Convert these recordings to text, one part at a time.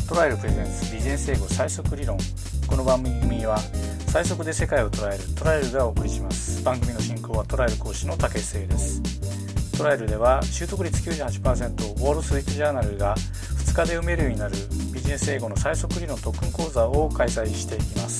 トライルプレゼンツビジネス英語最速理論。この番組は最速で世界を捉えるトライルがお送りします。番組の進行はトライル講師の竹瀬です。トライルでは習得率 98%、 ウォール・ストリート・ジャーナルが2日で読めるようになるビジネス英語の最速理論特訓講座を開催していきます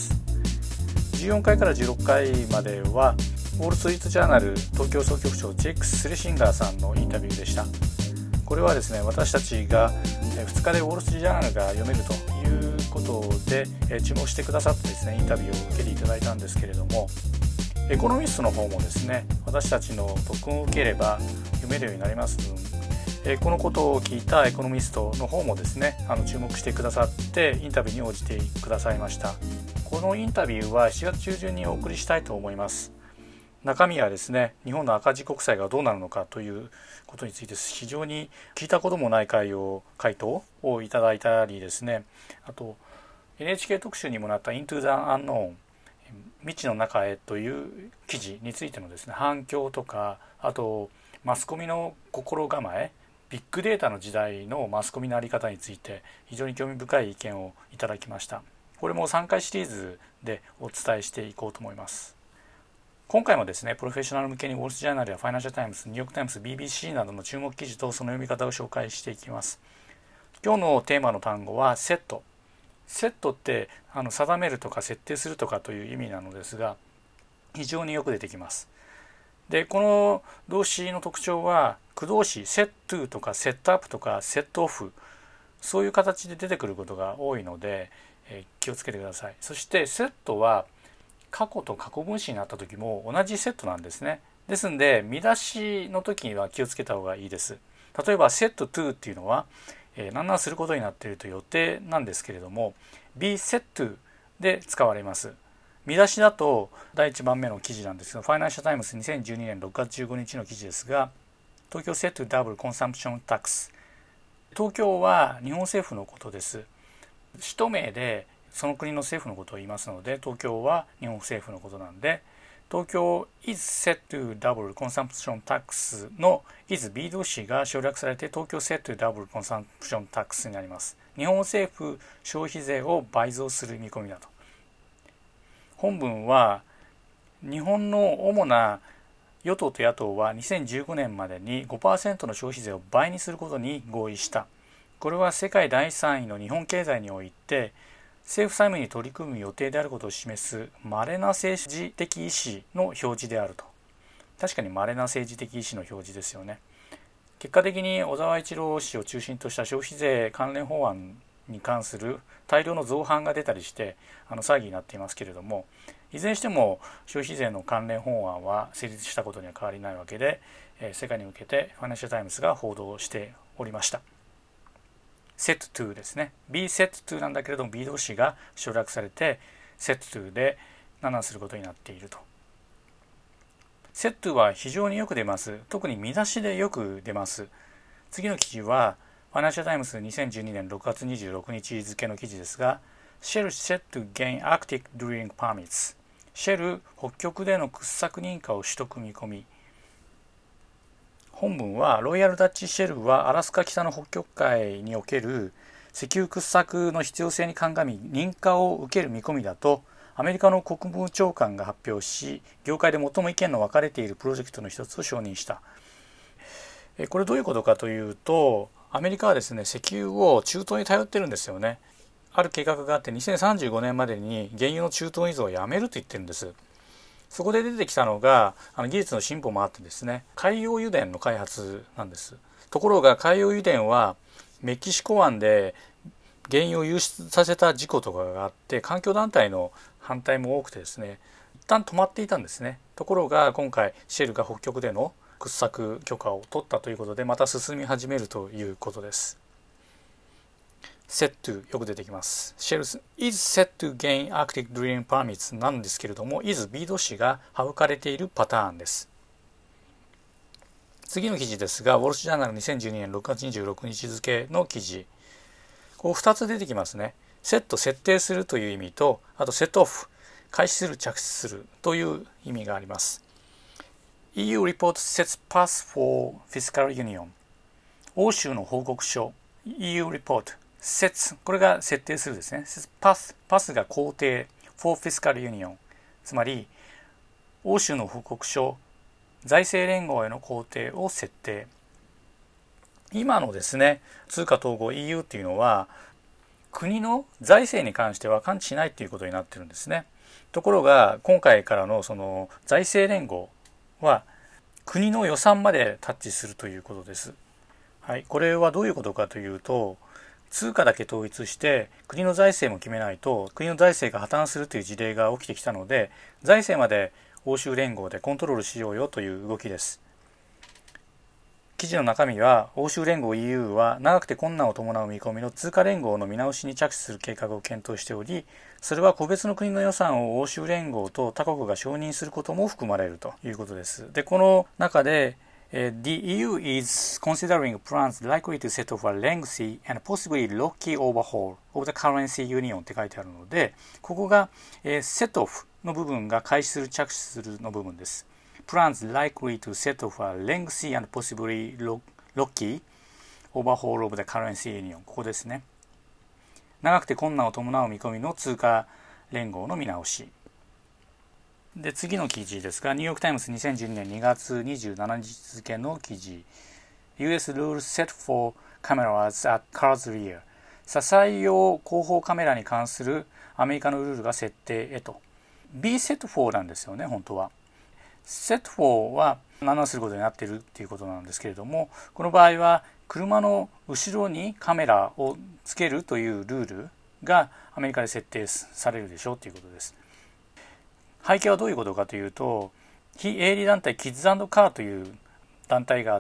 。14回から16回まではウォール・ストリート・ジャーナル東京総局長ジェイクス・スレシンガーさんのインタビューでした。これはですね、私たちが2日でウォール・ストリート・ジャーナルが読めるということで注目してくださってですね、インタビューを受けていただいたんですけれども、エコノミストの方もですね、私たちの特訓を受ければ読めるようになります分、このことを聞いたエコノミストの方もですね、注目してくださってインタビューに応じてくださいました。このインタビューは7月中旬にお送りしたいと思います。中身はですね、日本の赤字国債がどうなるのかということについて非常に聞いたこともない回答をいただいたりですね、あと NHK 特集にもなったInto the Unknown、 未知の中へという記事についてのですね、反響とか、あとマスコミの心構え、ビッグデータの時代のマスコミの在り方について非常に興味深い意見をいただきました。これも3回シリーズでお伝えしていこうと思います。今回もですね、プロフェッショナル向けにウォール・ストリート・ジャーナルやファイナンシャル・タイムズ、ニューヨーク・タイムズ、BBC などの注目記事とその読み方を紹介していきます。今日のテーマの単語はセット。セットって定めるとか設定するとかという意味なのですが、非常によく出てきます。で、この動詞の特徴は駆動詞セットとかセットアップとかセットオフ、そういう形で出てくることが多いので、気をつけてください。そしてセットは過去と過去分詞になった時も同じセットなんですね。ですので見出しの時には気をつけた方がいいです。例えば set to っていうのは何々することになっているという予定なんですけれども、 be set to で使われます。見出しだと第1番目の記事なんですが、ファイナンシャルタイムズ2012年6月15日の記事ですが、東京 set to double consumption tax、 東京は日本政府のことです。首都名でその国の政府のことを言いますので、東京は日本政府のことなんで、東京 is set to double consumption tax の is B 動詞が省略されて東京 set to double consumption tax になります。日本政府消費税を倍増する見込みだと。本文は日本の主な与党と野党は2015年までに 5% の消費税を倍にすることに合意した。これは世界第3位の日本経済において政府債務に取り組む予定であることを示す稀な政治的意思の表示であると。確かに稀な政治的意思の表示ですよね。結果的に小沢一郎氏を中心とした消費税関連法案に関する大量の造反が出たりして騒ぎになっていますけれども、いずれにしても消費税の関連法案は成立したことには変わりないわけで、世界に向けてファイナンシャルタイムズが報道しておりました。set to ですね。be set to なんだけれども B 動詞が省略されて set to で何々することになっていると。set to は非常によく出ます。特に見出しでよく出ます。次の記事はファイナンシャルタイムズ2012年6月26日付の記事ですが、 Shell set to gain Arctic drilling permits、 シェル北極での掘削認可を取得見込み。本文はロイヤルダッチシェルはアラスカ北の北極海における石油掘削の必要性に鑑み認可を受ける見込みだとアメリカの国務長官が発表し、業界で最も意見の分かれているプロジェクトの一つを承認した。これどういうことかというと、アメリカはですね、石油を中東に頼ってるんですよね。ある計画があって2035年までに原油の中東依存をやめると言ってるんです。そこで出てきたのが技術の進歩もあってですね、海洋油田の開発なんです。ところが海洋油田はメキシコ湾で原油を流出させた事故とかがあって環境団体の反対も多くてですね、一旦止まっていたんですね。ところが今回シェルが北極での掘削許可を取ったということでまた進み始めるということです。set to よく出てきます。Shell is set to gain Arctic drilling permits なんですけれども is B 動詞が省かれているパターンです。次の記事ですが、ウォール・ストリート・ジャーナル2012年6月26日付の記事、こう2つ出てきますね。セット設定するという意味と、あとセットオフ開始する着手するという意味があります。 EU report sets path for fiscal union、 欧州の報告書 EU report set、これが設定するですね。pass が工程 for fiscal union、つまり欧州の報告書、財政連合への工程を設定。今のですね、通貨統合 EU っていうのは国の財政に関しては関知しないということになってるんですね。ところが今回からのその財政連合は国の予算までタッチするということです。はい、これはどういうことかというと、通貨だけ統一して国の財政も決めないと国の財政が破綻するという事例が起きてきたので、財政まで欧州連合でコントロールしようよという動きです。記事の中身は、欧州連合 EU は長くて困難を伴う見込みの通貨連合の見直しに着手する計画を検討しており、それは個別の国の予算を欧州連合と他国が承認することも含まれるということです。で、この中でThe EU is considering plans likely to set off a lengthy and possibly rocky overhaul of the currency union って書いてあるので、ここがset off の部分が開始する着手するの部分です。Plans likely to set off a lengthy and possibly rocky overhaul of the currency union、 ここですね。長くて困難を伴う見込みの通貨連合の見直しで、次の記事ですが、ニューヨークタイムズ2012年2月27日付の記事、 US rules set for cameras at Cars Rear、 車載用後方カメラに関するアメリカのルールが設定へと。 Be set for なんですよね、本当は。set for は何々することになっているっていうことなんですけれども、この場合は車の後ろにカメラをつけるというルールがアメリカで設定されるでしょうということです。背景はどういうことかというと、非営利団体キッズ&カーという団体があって、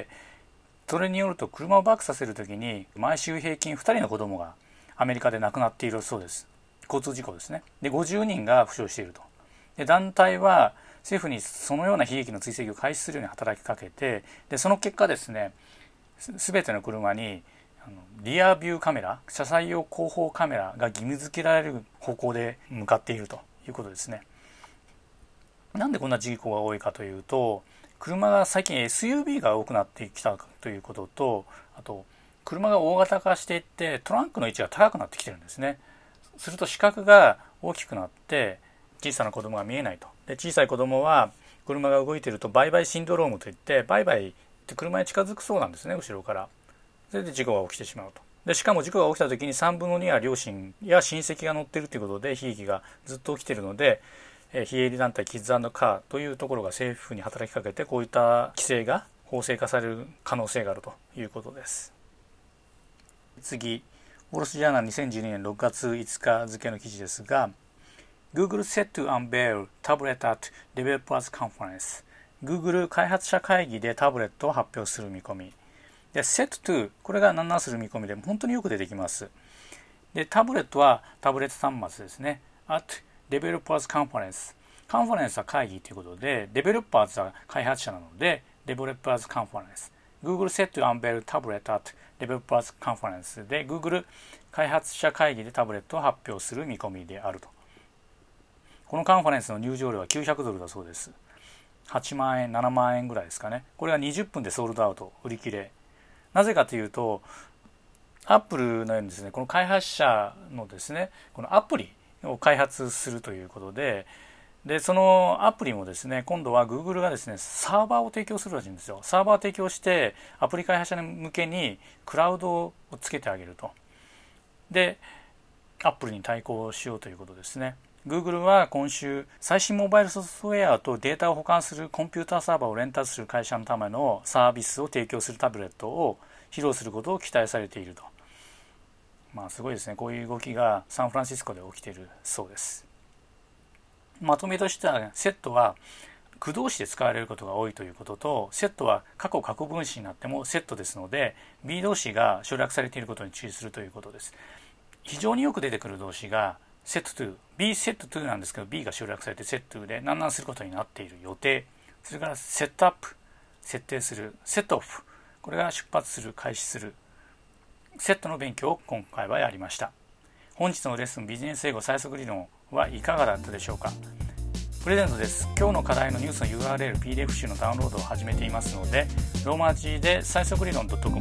それによると車をバックさせるときに毎週平均2人の子供がアメリカで亡くなっているそうです。交通事故ですね。で、50人が負傷していると。で、団体は政府にそのような悲劇の追跡を開始するように働きかけて、でその結果ですね、全ての車にリアビューカメラ、車載用後方カメラが義務付けられる方向で向かっているということですね。なんでこんな事故が多いかというと、車が最近 SUV が多くなってきたということと、あと車が大型化していってトランクの位置が高くなってきてるんですね。すると視覚が大きくなって小さな子供が見えないと。で、小さい子供は車が動いているとバイバイシンドロームといって、バイバイって車に近づくそうなんですね、後ろから。それで事故が起きてしまうと。で、しかも事故が起きた時に3分の2は両親や親戚が乗っているということで悲劇がずっと起きているので、非営利団体キッズ&カーというところが政府に働きかけて、こういった規制が法制化される可能性があるということです。次、ウォール・ストリート・ジャーナル2012年6月5日付の記事ですが、Google set to unveil tablet at developers conference。 Google 開発者会議でタブレットを発表する見込みで、set to これが何々する見込みで本当によく出てきます。で、タブレットはタブレット端末ですね。at developers conference、 カンファレンスは会議ということで、デベロッパーズは開発者なのでデベロッパーズカンファレンス、 Google set to unveil tablet at developers conference で Google 開発者会議でタブレットを発表する見込みであると。このカンファレンスの入場料は$900だそうです。8万円7万円ぐらいですかね。これが20分でソールドアウト、売り切れ。なぜかというと、アップルのようにですね、この開発者のですね、このアプリを開発するということで、そのアプリもですね、今度は Google がですね、サーバーを提供するらしいんですよ。サーバーを提供してアプリ開発者向けにクラウドをつけてあげると。で、アップルに対抗しようということですね。Google は今週、最新モバイルソフトウェアとデータを保管するコンピューターサーバーをレンタルする会社のためのサービスを提供するタブレットを披露することを期待されていると。すごいですね。こういう動きがサンフランシスコで起きているそうです。まとめとしては、セットは駆動詞で使われることが多いということと、セットは過去過去分詞になってもセットですので、be 動詞が省略されていることに注意するということです。非常によく出てくる動詞がset to、be set to なんですけど、be が省略されて set to で何々することになっている予定。それから set up、設定する、set off、これが出発する、開始する。セットの勉強を今回はやりました。本日のレッスンビジネス英語最速理論はいかがだったでしょうか。 プレゼントです。今日の課題のニュースの URL PDF 集のダウンロードを始めていますので、ローマ字で最速理論 .com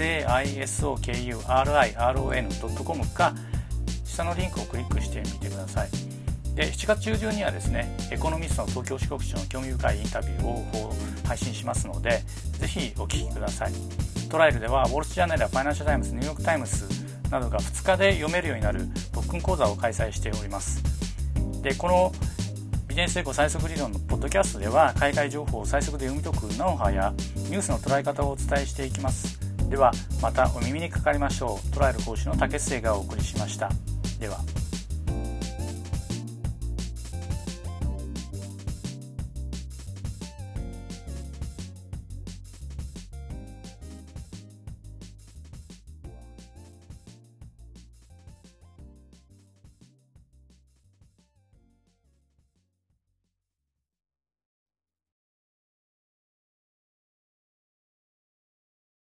SAISOKURIRON.com か下のリンクをクリックしてみてください。で、7月中旬にはですね、エコノミストの東京支局長の興味深いインタビューを配信しますので、ぜひお聞きください。トライルではウォールストリートジャーナルやファイナンシャルタイムズ、ニューヨークタイムズなどが2日で読めるようになる特訓講座を開催しております。で、このビジネス成功最速理論のポッドキャストでは海外情報を最速で読み解くノウハウやニュースの捉え方をお伝えしていきます。ではまたお耳にかかりましょう。トライル講師の竹末がお送りしました。では。